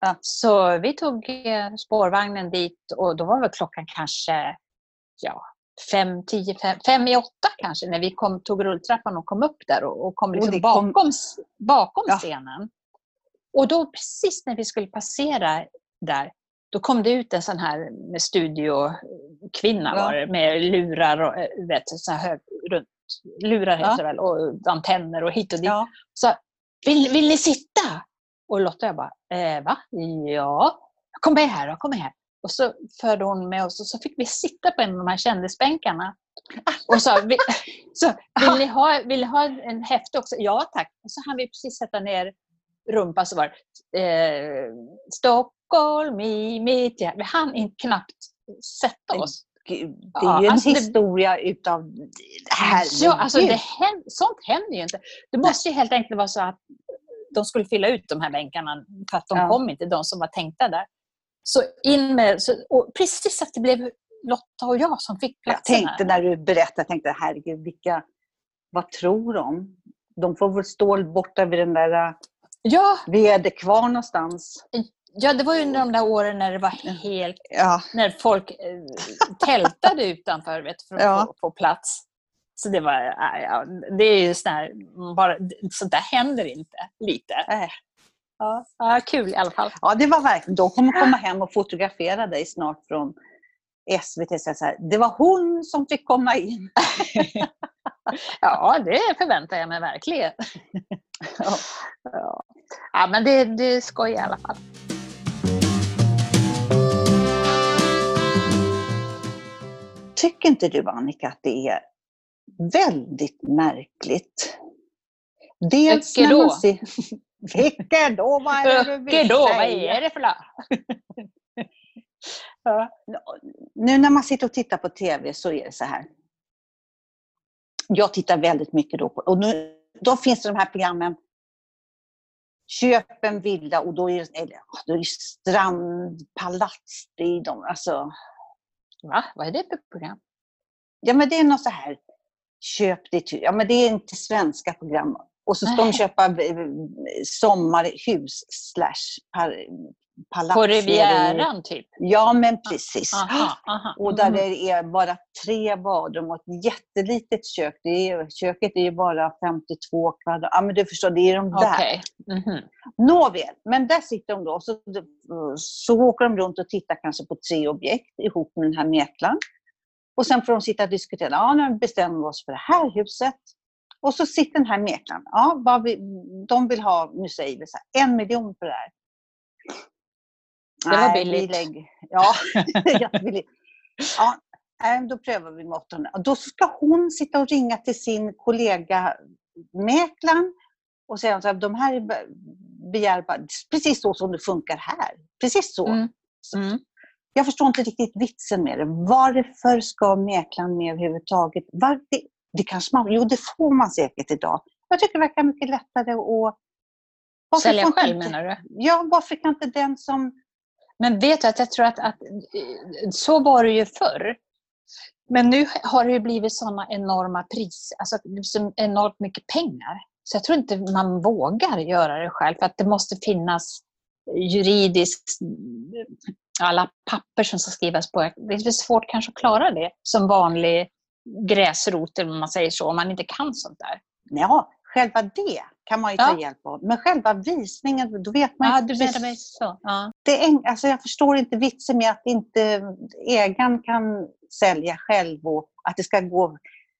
[SPEAKER 1] Ja.
[SPEAKER 2] Så vi tog eh, spårvagnen dit och då var väl klockan kanske ja, fem, tio, fem, fem i åtta kanske när vi kom, tog rulltrappan och kom upp där och, och kom liksom
[SPEAKER 1] Och det kom-
[SPEAKER 2] bakom, s- bakom
[SPEAKER 1] Ja.
[SPEAKER 2] scenen. Och då precis när vi skulle passera där, då kom det ut en sån här med studiokvinna
[SPEAKER 1] Ja.
[SPEAKER 2] var det, med lurar och eh, vet, så här hög, runt, lurar heter
[SPEAKER 1] Ja.
[SPEAKER 2] det väl, och antenner och hit och dit.
[SPEAKER 1] Ja.
[SPEAKER 2] Så, vill, vill ni sitta? Och Lotta jag bara, eh, va? Ja. Kom med här då, kom med här. Och så förde hon med oss och så fick vi sitta på en av de här kändisbänkarna. Och sa, vill, så, vill, ni ha, vill ni ha en häfte också? Ja tack. Och så hann vi precis sätta ner rumpa så var det, eh, Stockholm i mitt hjärta. Vi hann inte knappt sätta oss.
[SPEAKER 1] Gud, det är
[SPEAKER 2] Ja,
[SPEAKER 1] ju en
[SPEAKER 2] alltså det-
[SPEAKER 1] historia utav... Herregud.
[SPEAKER 2] Ja, alltså det händer, sånt händer ju inte. Det måste ju helt enkelt vara så att de skulle fylla ut de här bänkarna för att de
[SPEAKER 1] Ja.
[SPEAKER 2] kom inte, de som var tänkta där. Så in med, så, och precis att det blev Lotta och jag som fick
[SPEAKER 1] Jag
[SPEAKER 2] platserna.
[SPEAKER 1] tänkte när du berättade, jag tänkte herregud, vilka, vad tror de? De får väl stå borta vid den där
[SPEAKER 2] Ja,
[SPEAKER 1] väderkvarn någonstans.
[SPEAKER 2] ja, det var ju under de där åren när det var helt,
[SPEAKER 1] Ja,
[SPEAKER 2] när folk eh, tältade utanför vet, för att
[SPEAKER 1] Ja.
[SPEAKER 2] få, få plats. Så det var, äh, ja, det är ju sån här, bara, så där händer inte lite.
[SPEAKER 1] äh.
[SPEAKER 2] Ja, ja, kul i alla fall.
[SPEAKER 1] ja, det var verkligen. De kommer komma hem och fotografera dig snart från S V T. Så här, det var hon som fick komma in.
[SPEAKER 2] Ja, det förväntar jag mig verkligen.
[SPEAKER 1] Ja.
[SPEAKER 2] Ja, ja men det, det är skoj i alla fall.
[SPEAKER 1] Tycker inte du, Annika, att det är väldigt märkligt? Dels
[SPEAKER 2] Vilket
[SPEAKER 1] när man
[SPEAKER 2] då?
[SPEAKER 1] ser... Vilket då? Vad är det du vill
[SPEAKER 2] Okej då, vad
[SPEAKER 1] säga?
[SPEAKER 2] är det för något? Ja.
[SPEAKER 1] Nu när man sitter och tittar på tv så är det så här. Jag tittar väldigt mycket då på... Och nu, då finns det de här programmen. Köp en villa och då är det, eller, då är det strandpalats. Det är de, alltså...
[SPEAKER 2] Va? Vad är det för program?
[SPEAKER 1] Ja, men det är något så här. Köp ditt hus. Ja, men det är inte svenska program. Och så ska
[SPEAKER 2] Nej.
[SPEAKER 1] de köpa eh, sommarhus slash par, palats.
[SPEAKER 2] På Rivieran typ?
[SPEAKER 1] Ja, men precis.
[SPEAKER 2] Aha, aha.
[SPEAKER 1] Och där
[SPEAKER 2] Mm.
[SPEAKER 1] det är bara tre badrum och ett jättelitet kök. Det är, köket är ju bara femtiotvå kvadrat. Ja, men du förstår, det är de där.
[SPEAKER 2] Okej. Mhm.
[SPEAKER 1] Nåväl, men där sitter de då. Så, så åker de runt och tittar kanske på tre objekt ihop med den här mäklaren. Och sen får de sitta och diskutera. Ja, nu bestämmer vi oss för det här huset. Och så sitter den här mäklaren. Ja, vad vi, de vill ha, nu säger vi så här, en miljon för det här.
[SPEAKER 2] Det var
[SPEAKER 1] Nej,
[SPEAKER 2] billigt.
[SPEAKER 1] vi lägger, ja, jättebilligt. Ja, nej, då prövar vi med åttahundra. Och då ska hon sitta och ringa till sin kollega mäklaren. Och säga att de här är begär bara, precis så som det funkar här. Precis så.
[SPEAKER 2] Mm. Mm.
[SPEAKER 1] Jag förstår inte riktigt vitsen med det. Varför ska mäklaren med överhuvudtaget? Var, det, det kanske man, jo, det får man säkert idag. Jag tycker det verkar mycket lättare att... varför
[SPEAKER 2] Sälja
[SPEAKER 1] får inte-
[SPEAKER 2] själv menar du?
[SPEAKER 1] Ja, varför kan inte den som...
[SPEAKER 2] Men vet du att jag tror att, att eh, så var det ju förr. Men nu har det ju blivit sådana enorma priser, alltså så enormt mycket pengar. Så jag tror inte man vågar göra det själv för att det måste finnas juridiskt, alla papper som ska skrivas på. Det är svårt kanske att klara det som vanlig gräsrot, om man säger så, om man inte kan sånt där.
[SPEAKER 1] Ja, själva det kan man ju
[SPEAKER 2] Ja.
[SPEAKER 1] ta hjälp av. Men själva visningen, då vet man ju
[SPEAKER 2] Ja, du
[SPEAKER 1] precis-
[SPEAKER 2] menar mig så. Ja.
[SPEAKER 1] det är en, alltså jag förstår inte vitsen med att inte ägaren kan sälja själv och att det ska gå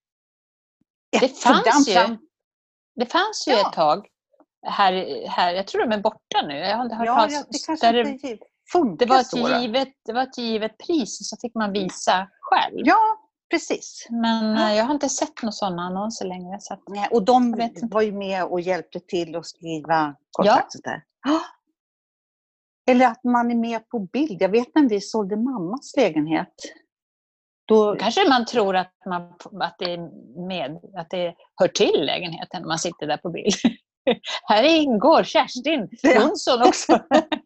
[SPEAKER 2] Det
[SPEAKER 1] ett program
[SPEAKER 2] fanns ju,
[SPEAKER 1] fram.
[SPEAKER 2] det fanns ju
[SPEAKER 1] Ja.
[SPEAKER 2] ett tag här, här, jag tror de är borta nu. Jag har inte hört
[SPEAKER 1] Ja,
[SPEAKER 2] talas-
[SPEAKER 1] ja, det kanske
[SPEAKER 2] där det,
[SPEAKER 1] inte funkar
[SPEAKER 2] det, var ett
[SPEAKER 1] så. då.
[SPEAKER 2] givet, det var ett givet pris och så fick man visa själv.
[SPEAKER 1] Ja, precis.
[SPEAKER 2] Men
[SPEAKER 1] Ja.
[SPEAKER 2] eh, jag har inte sett några sådana annonser längre. Så att,
[SPEAKER 1] Nej, och de
[SPEAKER 2] Jag vet inte.
[SPEAKER 1] var ju med och hjälpte till att skriva kontraktet där. Eller att man är med på bild. Jag vet när vi sålde mammas lägenhet. Då,
[SPEAKER 2] kanske man tror att, man, att, det är med, att det hör till lägenheten när man sitter där på bild. Här ingår Kerstin
[SPEAKER 1] Ja.
[SPEAKER 2] Jonsson också.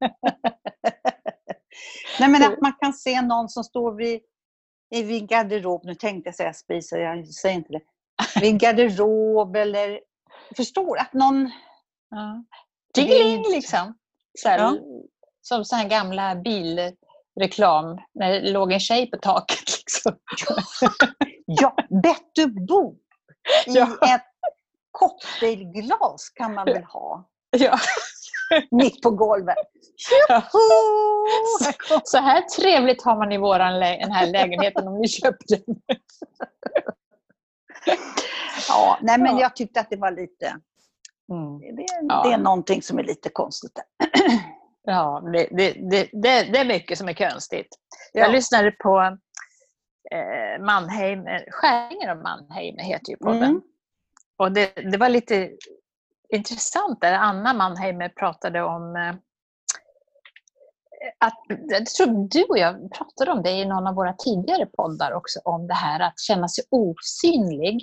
[SPEAKER 1] Nej, men att man kan se någon som står vid, vid garderob. Nu tänkte jag säga spis, jag säger inte det. Vid garderob eller... Förstår att någon...
[SPEAKER 2] Ja. Jingling liksom. Så här,
[SPEAKER 1] Ja.
[SPEAKER 2] som så här gamla bilreklam när det låg en tjej på taket. Liksom.
[SPEAKER 1] Ja, Betty Boop i
[SPEAKER 2] Ja.
[SPEAKER 1] ett cocktailglas kan man väl ha.
[SPEAKER 2] Ja.
[SPEAKER 1] Mitt på golvet.
[SPEAKER 2] Ja. Så, så här trevligt har man i våran lä- den här lägenheten om ni köper den.
[SPEAKER 1] Ja, nej men
[SPEAKER 2] Ja.
[SPEAKER 1] jag tyckte att det var lite,
[SPEAKER 2] Mm.
[SPEAKER 1] det,
[SPEAKER 2] Ja.
[SPEAKER 1] det är någonting som är lite konstigt där.
[SPEAKER 2] Ja, det, det, det, det, det är mycket som är konstigt.
[SPEAKER 1] Ja.
[SPEAKER 2] Jag lyssnade på eh, Mannheim, Skäringer och Mannheim heter ju podden.
[SPEAKER 1] Mm.
[SPEAKER 2] Och det, det var lite intressant där Anna Mannheim pratade om eh, att, jag tror du och jag pratade om det i någon av våra tidigare poddar också, om det här att känna sig osynlig.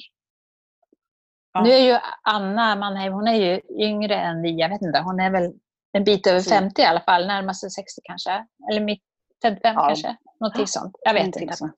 [SPEAKER 1] Ja.
[SPEAKER 2] Nu är ju Anna Mannheim, hon är ju yngre än vi, jag vet inte, hon är väl en bit över femtio i alla fall, närmare sig sextio kanske, eller mitt femtiofem
[SPEAKER 1] Ja.
[SPEAKER 2] kanske, någonting sånt, jag vet
[SPEAKER 1] Någonting
[SPEAKER 2] inte.
[SPEAKER 1] sånt.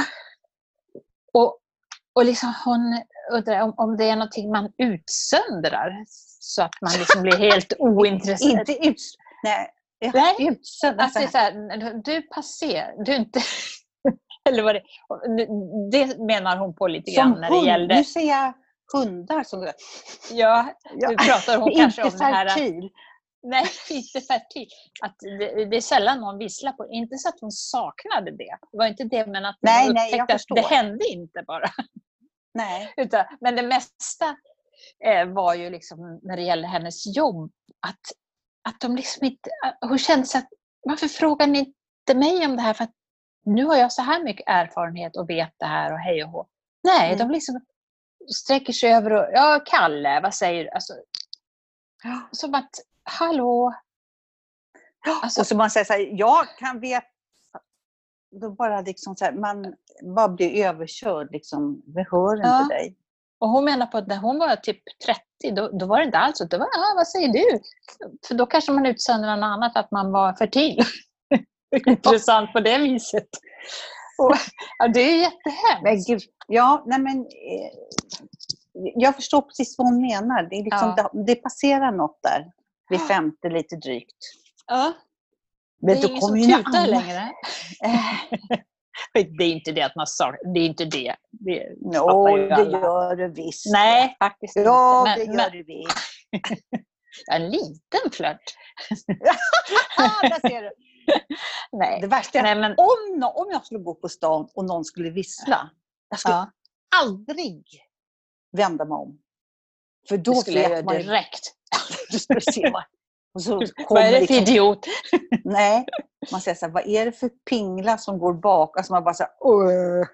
[SPEAKER 2] Och, och liksom hon undrar om, om det är någonting man utsöndrar så att man liksom blir helt ointresserad.
[SPEAKER 1] Inte ut, nej,
[SPEAKER 2] Nej,
[SPEAKER 1] utsönd,
[SPEAKER 2] att det är så här, du passerar, du är inte, eller vad det, det menar hon på lite grann
[SPEAKER 1] som
[SPEAKER 2] när det
[SPEAKER 1] hund,
[SPEAKER 2] gällde.
[SPEAKER 1] nu ser jag hundar som
[SPEAKER 2] Ja,
[SPEAKER 1] ja.
[SPEAKER 2] nu pratar hon kanske om
[SPEAKER 1] inte
[SPEAKER 2] det här.
[SPEAKER 1] fertil.
[SPEAKER 2] Nej, inte fertil. Att det, det är sällan någon visslar på. Inte så att hon saknade det. Det var inte det, men att
[SPEAKER 1] Nej,
[SPEAKER 2] hon
[SPEAKER 1] nej, jag
[SPEAKER 2] upptäckte att
[SPEAKER 1] förstår.
[SPEAKER 2] det hände inte bara.
[SPEAKER 1] Nej.
[SPEAKER 2] Utan, men det mesta eh, var ju liksom när det gällde hennes jobb. Att, att de liksom inte... Hon kände sig att, varför frågar ni inte mig om det här? För att nu har jag så här mycket erfarenhet och vet det här och hej och hå. Nej,
[SPEAKER 1] Mm.
[SPEAKER 2] de liksom sträcker sig över och, ja, Kalle, vad säger du? Alltså, som att, hallå? Alltså,
[SPEAKER 1] Och så man säger så här, jag kan veta, då bara liksom så här, man bara blir överkörd liksom, vi hör inte
[SPEAKER 2] Ja.
[SPEAKER 1] dig.
[SPEAKER 2] och hon menar på att när hon var typ trettio, då, då var det inte alls så. Då var ah, vad säger du? För då kanske man utsöndrar något annat, att man var fertil. Intressant på det viset. Och, ja, det är jättehemskt.
[SPEAKER 1] Men gud, ja, nej men eh, jag förstår precis vad hon menar. Det, är liksom,
[SPEAKER 2] Ja.
[SPEAKER 1] det, det passerar något där vid femte lite drygt.
[SPEAKER 2] Ja, det
[SPEAKER 1] Men
[SPEAKER 2] är
[SPEAKER 1] då
[SPEAKER 2] ingen
[SPEAKER 1] kommer
[SPEAKER 2] som
[SPEAKER 1] ju något
[SPEAKER 2] tutar
[SPEAKER 1] annat.
[SPEAKER 2] längre. Det är inte det att man sa, det är inte det. Det
[SPEAKER 1] Jo,
[SPEAKER 2] fattar ju
[SPEAKER 1] det
[SPEAKER 2] alla.
[SPEAKER 1] gör det visst.
[SPEAKER 2] Nej, faktiskt
[SPEAKER 1] Ja,
[SPEAKER 2] inte.
[SPEAKER 1] det
[SPEAKER 2] Men,
[SPEAKER 1] gör
[SPEAKER 2] men
[SPEAKER 1] det visst.
[SPEAKER 2] en liten flört.
[SPEAKER 1] Där ser du.
[SPEAKER 2] Nej.
[SPEAKER 1] Det värsta är
[SPEAKER 2] Nej,
[SPEAKER 1] att
[SPEAKER 2] men,
[SPEAKER 1] om, nå- om jag skulle gå på stan och någon skulle vissla, jag skulle
[SPEAKER 2] ja,
[SPEAKER 1] aldrig vända mig om. För då
[SPEAKER 2] det skulle jag
[SPEAKER 1] vet
[SPEAKER 2] göra
[SPEAKER 1] man ju,
[SPEAKER 2] direkt.
[SPEAKER 1] du skulle se vad. Och så
[SPEAKER 2] Vad
[SPEAKER 1] kommer
[SPEAKER 2] är det för
[SPEAKER 1] liksom,
[SPEAKER 2] idiot?
[SPEAKER 1] nej, man säger så här, vad är det för pingla som går bak? Alltså man bara så här, "Åh."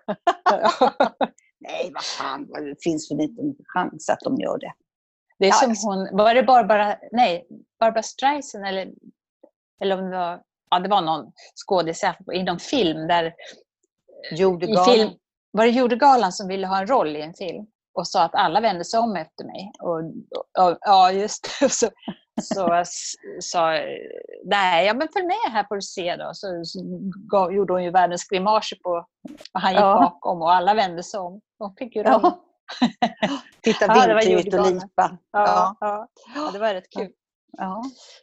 [SPEAKER 1] nej, vad fan, det finns väl inte en chans att de gör det.
[SPEAKER 2] Det är
[SPEAKER 1] Ja,
[SPEAKER 2] som
[SPEAKER 1] alltså.
[SPEAKER 2] hon, var det Barbara, nej, Barbara Streisand eller, eller om det var, ja det var någon skådis i någon film där, i
[SPEAKER 1] Jordegalan.
[SPEAKER 2] film, var det Jordegalan som ville ha en roll i en film och sa att alla vände sig om efter mig. Och, och, ja, just det. Så, så sa, nej, ja men följ med här får du se då. Så, så gav, gjorde hon ju världens grimaser på, och han gick
[SPEAKER 1] Ja.
[SPEAKER 2] bakom och alla vände sig om. De fick ju roll.
[SPEAKER 1] Ja. Titta,
[SPEAKER 2] Ja, det var
[SPEAKER 1] vinter ut och
[SPEAKER 2] Jordegalan.
[SPEAKER 1] lipa.
[SPEAKER 2] Ja,
[SPEAKER 1] Ja.
[SPEAKER 2] ja. Ja, det var rätt kul.
[SPEAKER 1] Ja.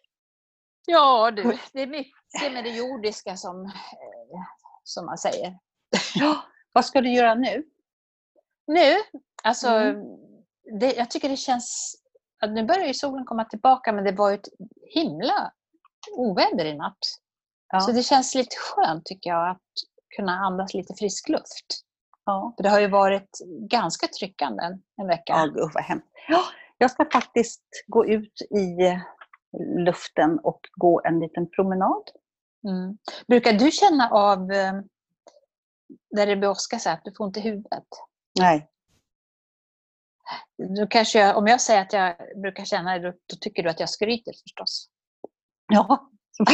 [SPEAKER 2] Ja du, det är mycket med det jordiska som, eh, som man säger.
[SPEAKER 1] Ja. Vad ska du göra nu?
[SPEAKER 2] Nu, alltså,
[SPEAKER 1] Mm.
[SPEAKER 2] det, jag tycker det känns, att nu börjar ju solen komma tillbaka, men det var ju ett himla oväder i natt.
[SPEAKER 1] Ja.
[SPEAKER 2] Så det känns lite skönt tycker jag att kunna andas lite frisk luft.
[SPEAKER 1] Ja.
[SPEAKER 2] För det har ju varit ganska tryckande en vecka.
[SPEAKER 1] Ja, gud vad hemskt. Ja, jag ska faktiskt gå ut i luften och gå en liten promenad.
[SPEAKER 2] Mm. Brukar du känna av eh, där det bråskar så att du får ont i huvudet?
[SPEAKER 1] Nej.
[SPEAKER 2] Då kanske jag, om jag säger att jag brukar känna det, då, då tycker du att jag skryter förstås.
[SPEAKER 1] Ja.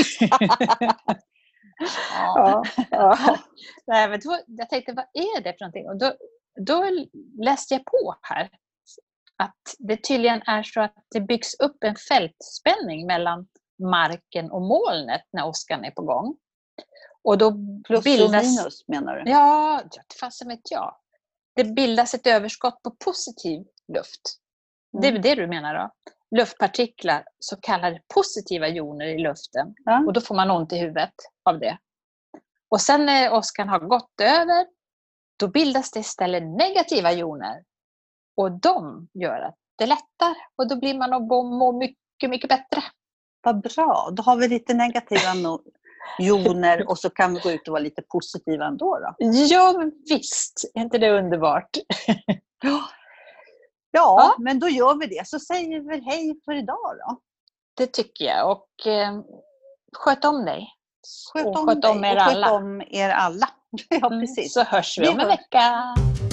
[SPEAKER 2] Ja. Ja. Nej, men då, jag tänkte, vad är det för någonting? Och då, då läste jag på här att det tydligen är så att det byggs upp en fältspänning mellan marken och molnet när åskan är på gång. Och då
[SPEAKER 1] Plus
[SPEAKER 2] bildas,
[SPEAKER 1] och minus menar du?
[SPEAKER 2] ja, det fasen vet jag. Det bildas ett överskott på positiv luft. Det är
[SPEAKER 1] Mm.
[SPEAKER 2] det du menar då? luftpartiklar, så kallade positiva joner i luften.
[SPEAKER 1] Ja.
[SPEAKER 2] Och då får man ont i huvudet av det. Och sen när åskan har gått över, då bildas det istället negativa joner. Och de gör att det lättar. Och då blir man att må mycket, mycket bättre.
[SPEAKER 1] Vad bra, då har vi lite negativa no- joner och så kan vi gå ut och vara lite positiva ändå då.
[SPEAKER 2] Ja, visst. Är inte det underbart?
[SPEAKER 1] Ja,
[SPEAKER 2] Ja.
[SPEAKER 1] men då gör vi det. Så säger vi väl hej för idag då.
[SPEAKER 2] Det tycker jag. Och eh, sköt om dig.
[SPEAKER 1] Sköt
[SPEAKER 2] och
[SPEAKER 1] om
[SPEAKER 2] sköt om
[SPEAKER 1] dig
[SPEAKER 2] er
[SPEAKER 1] och sköt
[SPEAKER 2] alla.
[SPEAKER 1] om er alla. Ja, precis.
[SPEAKER 2] Så hörs vi
[SPEAKER 1] Vi
[SPEAKER 2] om en
[SPEAKER 1] hörs.
[SPEAKER 2] vecka.